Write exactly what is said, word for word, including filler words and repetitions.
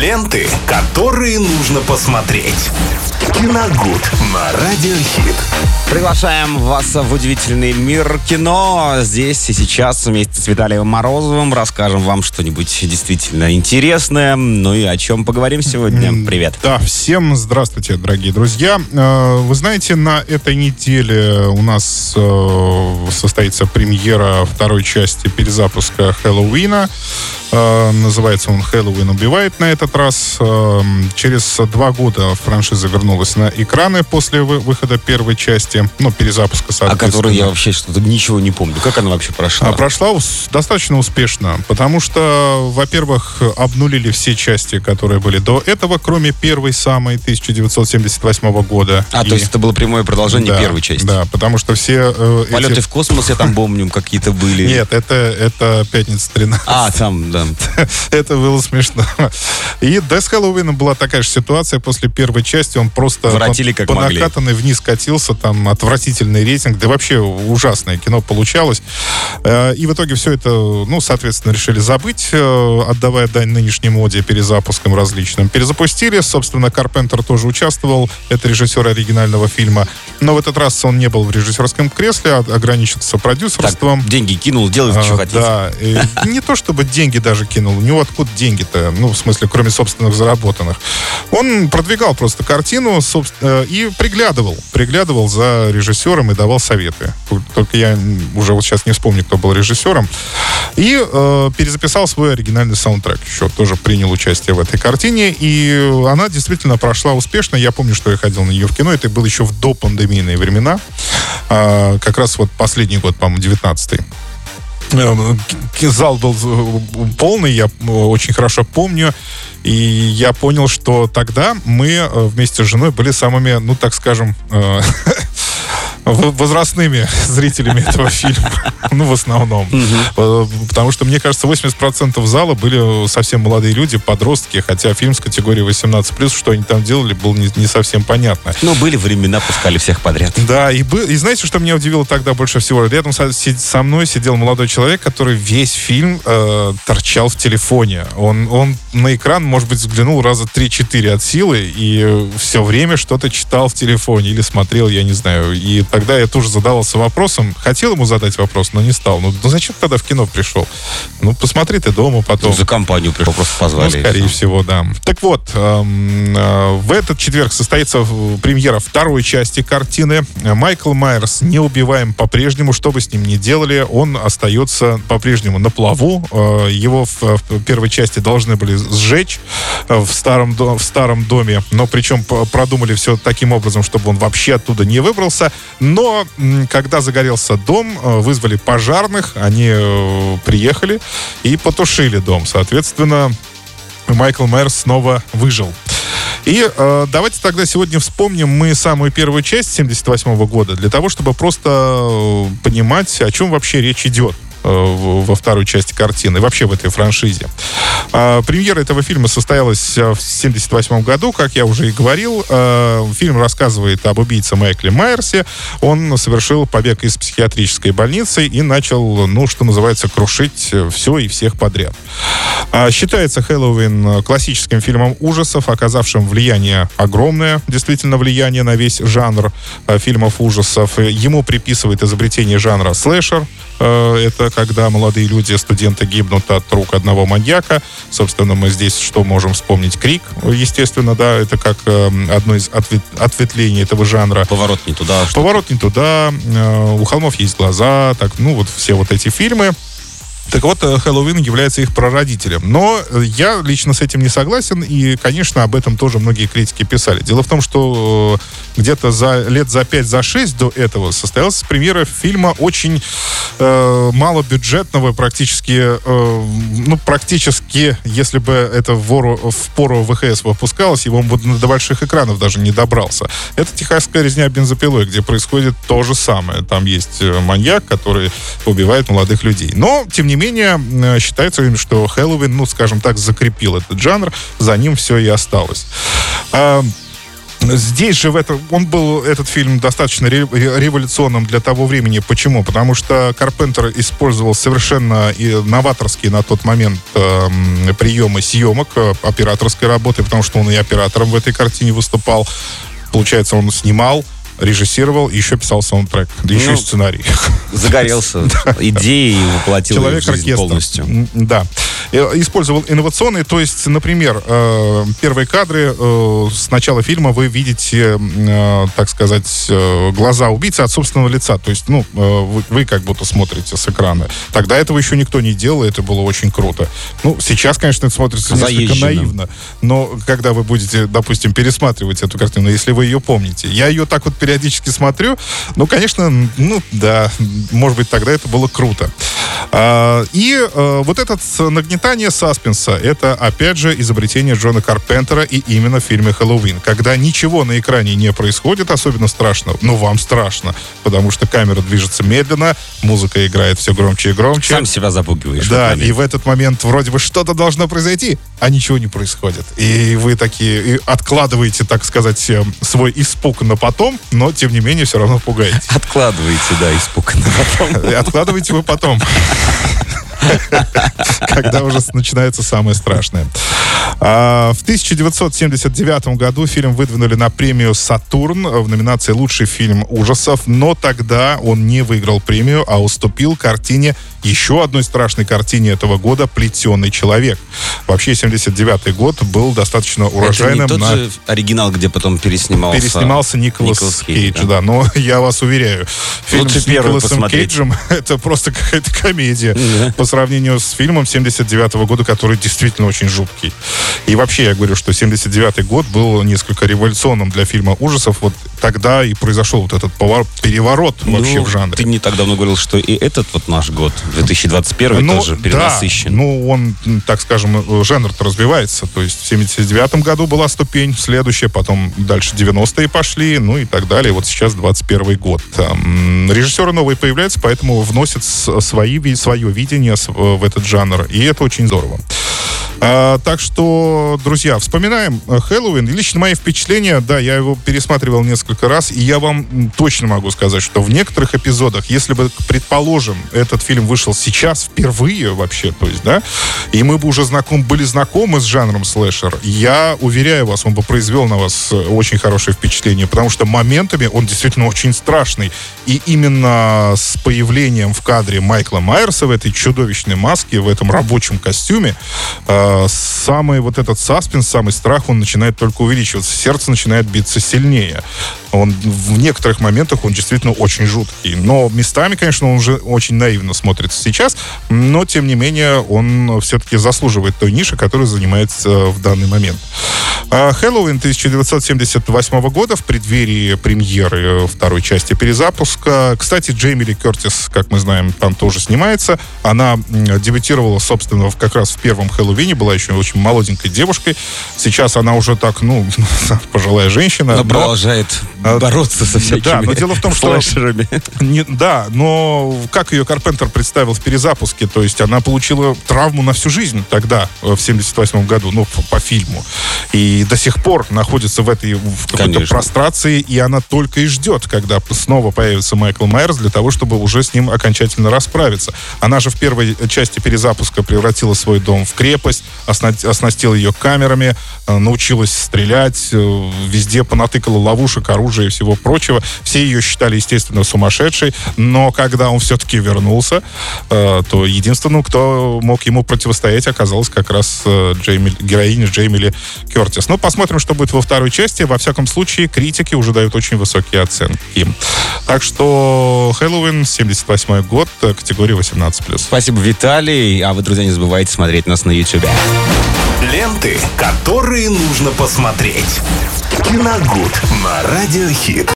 Ленты, которые нужно посмотреть. Киногуд на Радиохит. Приглашаем вас в удивительный мир кино. Здесь и сейчас вместе с Виталием Морозовым расскажем вам что-нибудь действительно интересное. Ну и о чем поговорим сегодня. Привет. Да, всем здравствуйте, дорогие друзья. Вы знаете, на этой неделе у нас состоится премьера второй части перезапуска Хэллоуина. Называется он «Хэллоуин убивает» на этот раз. Через два года франшиза вернулась на экраны после выхода первой части. Ну, перезапуска, соответственно. О которой я вообще что-то ничего не помню. Как она вообще прошла? А прошла достаточно успешно, потому что, во-первых, обнулили все части, которые были до этого, кроме первой самой тысяча девятьсот семьдесят восьмого года. А, И... то есть это было прямое продолжение да, первой части? Да, потому что все... Э, Полеты эти... в космос, я там помню, какие-то были. Нет, это, это «Пятница тринадцать». А, там, да. Это было смешно. И да, с Хэллоуином была такая же ситуация. После первой части он просто воротили как по могли. накатанной вниз катился. Там отвратительный рейтинг. Да вообще ужасное кино получалось. И в итоге все это, ну, соответственно, решили забыть, отдавая дань нынешней моде перезапускам различным. Перезапустили. Собственно, Карпентер тоже участвовал. Это режиссер оригинального фильма. Но в этот раз он не был в режиссерском кресле, а ограничился продюсерством. Так, деньги кинул, делайте, а, что хотите. Да. И не то, чтобы деньги даже кинул. У него откуда деньги-то? Ну, в смысле, кроме собственных заработанных. Он продвигал просто картину и приглядывал. Приглядывал за режиссером и давал советы. Только я уже вот сейчас не вспомню, кто был режиссером. И э, перезаписал свой оригинальный саундтрек. Еще тоже принял участие в этой картине. И она действительно прошла успешно. Я помню, что я ходил на нее в кино. Это было еще в допандемийные времена. А, как раз вот последний год, по-моему, девятнадцатый. Зал был полный, я очень хорошо помню. И я понял, что тогда мы вместе с женой были самыми, ну, так скажем, возрастными зрителями этого фильма. Ну, в основном. Угу. Потому что, мне кажется, восемьдесят процентов зала были совсем молодые люди, подростки, хотя фильм с категорией восемнадцать плюс, что они там делали, было не, не совсем понятно. Но были времена, пускали всех подряд. Да, и, и знаете, что меня удивило тогда больше всего? Рядом со, со мной сидел молодой человек, который весь фильм э, торчал в телефоне. Он, он на экран, может быть, взглянул раза три-четыре от силы и все время что-то читал в телефоне или смотрел, я не знаю. И тогда я тоже задавался вопросом, хотел ему задать вопрос, но не стал. Ну, ну зачем ты тогда в кино пришел? Ну, посмотри ты дома потом. Ну, за компанию пришел, просто позвали. Ну, скорее всего, да. Так вот, эм, э, в этот четверг состоится премьера второй части картины. Майкл Майерс неубиваем по-прежнему. Что бы с ним ни делали, он остается по-прежнему на плаву. Э, его в, в первой части должны были сжечь в старом, в старом доме, но причем продумали все таким образом, чтобы он вообще оттуда не выбрался. Но когда загорелся дом, вызвали пожарных, они приехали и потушили дом. Соответственно, Майкл Майерс снова выжил. И э, давайте тогда сегодня вспомним мы самую первую часть семьдесят восьмого года, для того, чтобы просто понимать, о чем вообще речь идет во второй части картины, вообще в этой франшизе. А, премьера этого фильма состоялась в семьдесят восьмом году, как я уже и говорил. А, фильм рассказывает об убийце Майкле Майерсе. Он совершил побег из психиатрической больницы и начал, ну, что называется, крушить все и всех подряд. А, считается «Хэллоуин» классическим фильмом ужасов, оказавшим влияние огромное, действительно влияние на весь жанр а, фильмов ужасов. Ему приписывает изобретение жанра слэшер. А, это когда молодые люди, студенты, гибнут от рук одного маньяка. Собственно, мы здесь что можем вспомнить? «Крик», естественно, да, это как э, одно из ответ, ответвлений этого жанра. «Поворот не туда». «Поворот не туда», э, «У холмов есть глаза», так, ну, вот все вот эти фильмы. Так вот, Хэллоуин является их прародителем. Но я лично с этим не согласен, и, конечно, об этом тоже многие критики писали. Дело в том, что где-то за лет за пять, за шесть до этого состоялась премьера фильма очень э, малобюджетного, практически, э, ну, практически, если бы это в, вору, в пору ВХС выпускалось, его бы до больших экранов даже не добрался. Это «Техасская резня бензопилой», где происходит то же самое. Там есть маньяк, который убивает молодых людей. Но, тем не менее, менее, считается, что Хэллоуин, ну, скажем так, закрепил этот жанр, за ним все и осталось. Здесь же в этом, он был, этот фильм, достаточно ре, революционным для того времени. Почему? Потому что Карпентер использовал совершенно и новаторские на тот момент э, приемы съемок, э, операторской работы, потому что он и оператором в этой картине выступал. Получается, он снимал, режиссировал, еще писал саундтрек, да еще ну, и сценарий. Загорелся идеей и воплотил ее в жизнь полностью. Да. Использовал инновационные, то есть, например, первые кадры с начала фильма вы видите, так сказать, глаза убийцы от собственного лица. То есть, ну, вы, вы как будто смотрите с экрана. Тогда этого еще никто не делал, и это было очень круто. Ну, сейчас, конечно, это смотрится несколько наивно, но когда вы будете, допустим, пересматривать эту картину, если вы ее помните, я ее так вот периодически смотрю, ну, конечно, ну, да, может быть, тогда это было круто. А, и а, вот это нагнетание саспенса, это, опять же, изобретение Джона Карпентера, и именно в фильме «Хэллоуин», когда ничего на экране не происходит особенно страшного, но вам страшно, потому что камера движется медленно, музыка играет все громче и громче. Сам себя запугиваешь. Да, и в этот момент вроде бы что-то должно произойти, а ничего не происходит. И вы такие и откладываете, так сказать, свой испуг на потом, но, тем не менее, все равно пугаете. Откладываете, да, испуг на потом. Откладываете вы потом. Когда уже начинается самое страшное. В тысяча девятьсот семьдесят девятом году фильм выдвинули на премию «Сатурн» в номинации «Лучший фильм ужасов», но тогда он не выиграл премию, а уступил картине, еще одной страшной картине этого года, «Плетеный человек». Вообще, семьдесят девятый год был достаточно урожайным. Это не тот на... же оригинал, где потом переснимался... Переснимался Николас, Николас Кейдж, Кейдж, да. да. Но я вас уверяю, фильм лучше с Николасом посмотреть. Кейджем — это просто какая-то комедия mm-hmm. по сравнению с фильмом семьдесят девятого года, который действительно очень жуткий. И вообще, я говорю, что семьдесят девятый год был несколько революционным для фильма ужасов. Вот тогда и произошел вот этот поворот, переворот ну, вообще в жанре. Ты не так давно говорил, что и этот вот наш год, две тысячи двадцать первый, ну, тоже перенасыщен. Да, ну, он, так скажем, жанр-то развивается. То есть в семьдесят девятом году была ступень, следующая, потом дальше девяностые пошли, ну и так далее. Вот сейчас двадцать первый год. Там, режиссеры новые появляются, поэтому вносят свои, свое видение в этот жанр. И это очень здорово. А, так что, друзья, вспоминаем «Хэллоуин». Лично мои впечатления, да, я его пересматривал несколько раз, и я вам точно могу сказать, что в некоторых эпизодах, если бы, предположим, этот фильм вышел сейчас впервые вообще, то есть, да, и мы бы уже знаком, были знакомы с жанром слэшер, я уверяю вас, он бы произвел на вас очень хорошее впечатление, потому что моментами он действительно очень страшный. И именно с появлением в кадре Майкла Майерса в этой чудовищной маске, в этом рабочем костюме, самый вот этот саспенс, самый страх, он начинает только увеличиваться. Сердце начинает биться сильнее. Он в некоторых моментах он действительно очень жуткий. Но местами, конечно, он уже очень наивно смотрится сейчас, но, тем не менее, он все-таки заслуживает той ниши, которую занимает в данный момент. «Хэллоуин» тысяча девятьсот семьдесят восьмого года, в преддверии премьеры второй части перезапуска. Кстати, Джейми Ли Кертис, как мы знаем, там тоже снимается. Она дебютировала, собственно, как раз в первом «Хэллоуине», была еще очень молоденькой девушкой. Сейчас она уже так, ну, пожилая женщина. Но, но продолжает бороться со всякими да, но дело в том, что не, да, но как ее Карпентер представил в перезапуске, то есть она получила травму на всю жизнь тогда, в семьдесят восьмом году, ну, по, по фильму. И до сих пор находится в этой в какой-то Конечно. прострации, и она только и ждет, когда снова появится Майкл Майерс, для того, чтобы уже с ним окончательно расправиться. Она же в первой части перезапуска превратила свой дом в крепость, оснастила ее камерами, научилась стрелять, везде понатыкала ловушек, оружия и всего прочего. Все ее считали, естественно, сумасшедшей, но когда он все-таки вернулся, то единственным, кто мог ему противостоять, оказалась как раз Джейми, героиня Джейми Ли Кертис. Ну, посмотрим, что будет во второй части. Во всяком случае, критики уже дают очень высокие оценки им. Так что «Хэллоуин», семьдесят восьмой год, категория восемнадцать плюс. Спасибо, Виталий. А вы, друзья, не забывайте смотреть нас на YouTube. Ленты, которые нужно посмотреть. Киногуд на Радио Хит.